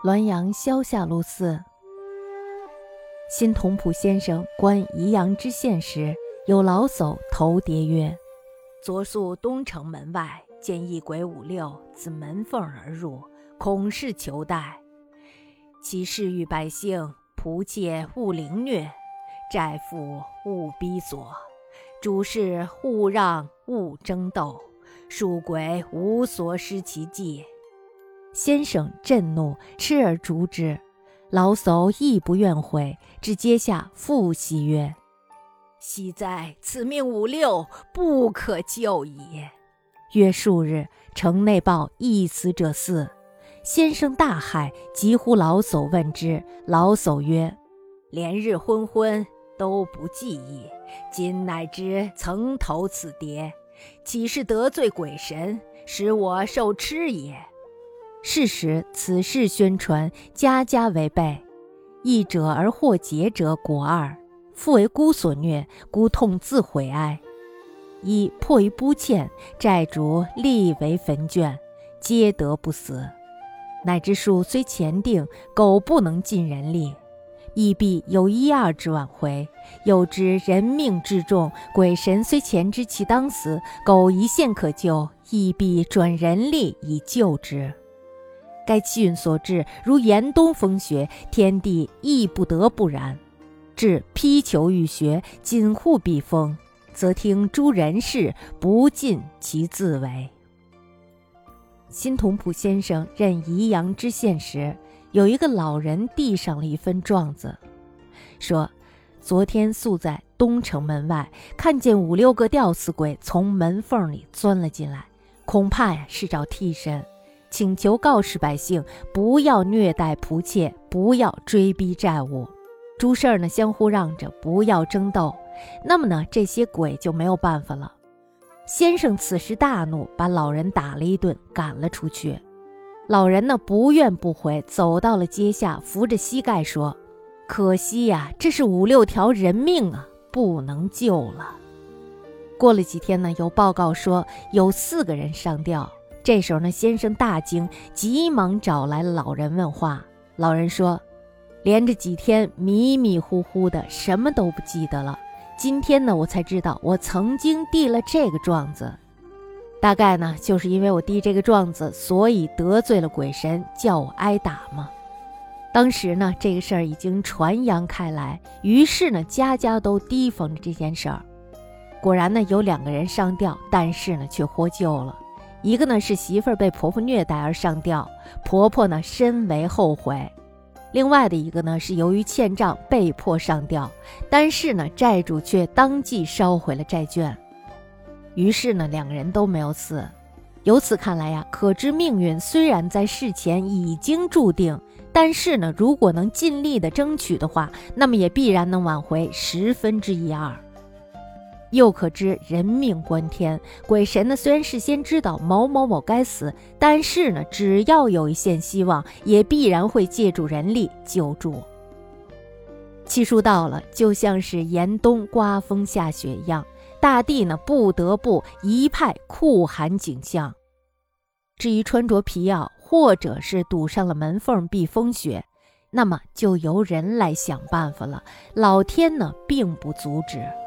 滦阳萧下路寺。新同仆先生观宜阳知县时，有老叟投牒曰：昨宿东城门外，见一鬼五六自门缝而入，恐是囚带。其事与百姓，仆妾勿凌虐，债富勿逼索，主事勿让勿争斗，庶鬼无所施其计。先生震怒，斥而逐之。老叟亦不愿悔，至阶下复息曰：惜哉，此命五六，不可救矣。约数日，城内报一死者4。先生大骇，急呼老叟问之。老叟曰：连日昏昏，都不记忆，今乃知曾投此牒，岂是得罪鬼神，使我受吃也？是时此事宣传，家家为备。一者而获劫者果2，复为孤所虐，孤痛自悔哀。一迫于不欠，债主立为坟圈，皆得不死。乃至数虽前定，苟不能尽人力，亦必有1、2之挽回。又知人命至重，鬼神虽前知其当死，苟一线可救，亦必转人力以救之。该气运所致，如严冬风雪，天地亦不得不然。至披裘浴血，紧护避风，则听诸人事，不尽其自为。新同仆先生任宜阳知县时，有一个老人递上了一份状子，说昨天宿在东城门外，看见5、6个吊死鬼从门缝里钻了进来，恐怕是找替身，请求告示百姓不要虐待仆妾，不要追逼债务，诸事呢相互让着，不要争斗。那么呢，这些鬼就没有办法了。先生此时大怒，把老人打了一顿，赶了出去。老人呢不怨不悔，走到了阶下，扶着膝盖说：可惜呀，这是5、6条人命啊，不能救了。过了几天呢，有报告说有4个人上吊。这时候呢，先生大惊，急忙找来了老人问话。老人说：连着几天迷迷糊糊的，什么都不记得了。今天呢，我才知道我曾经递了这个状子，大概呢就是因为我递这个状子，所以得罪了鬼神，叫我挨打嘛。当时呢，这个事儿已经传扬开来，于是呢，家家都提防着这件事儿。果然呢，有2个人上吊，但是呢，却获救了。一个呢是媳妇儿被婆婆虐待而上吊，婆婆呢深为后悔。另外的一个呢是由于欠账被迫上吊，但是呢债主却当即烧毁了债券，于是呢2个人都没有死。由此看来呀，可知命运虽然在事前已经注定，但是呢如果能尽力的争取的话，那么也必然能挽回1/10、1、2。又可知人命关天，鬼神呢虽然事先知道某某某该死，但是呢只要有一线希望，也必然会借助人力救助。气数到了，就像是严冬刮风下雪一样，大地呢不得不一派酷寒景象。至于穿着皮袄，或者是堵上了门缝避风雪，那么就由人来想办法了，老天呢并不阻止。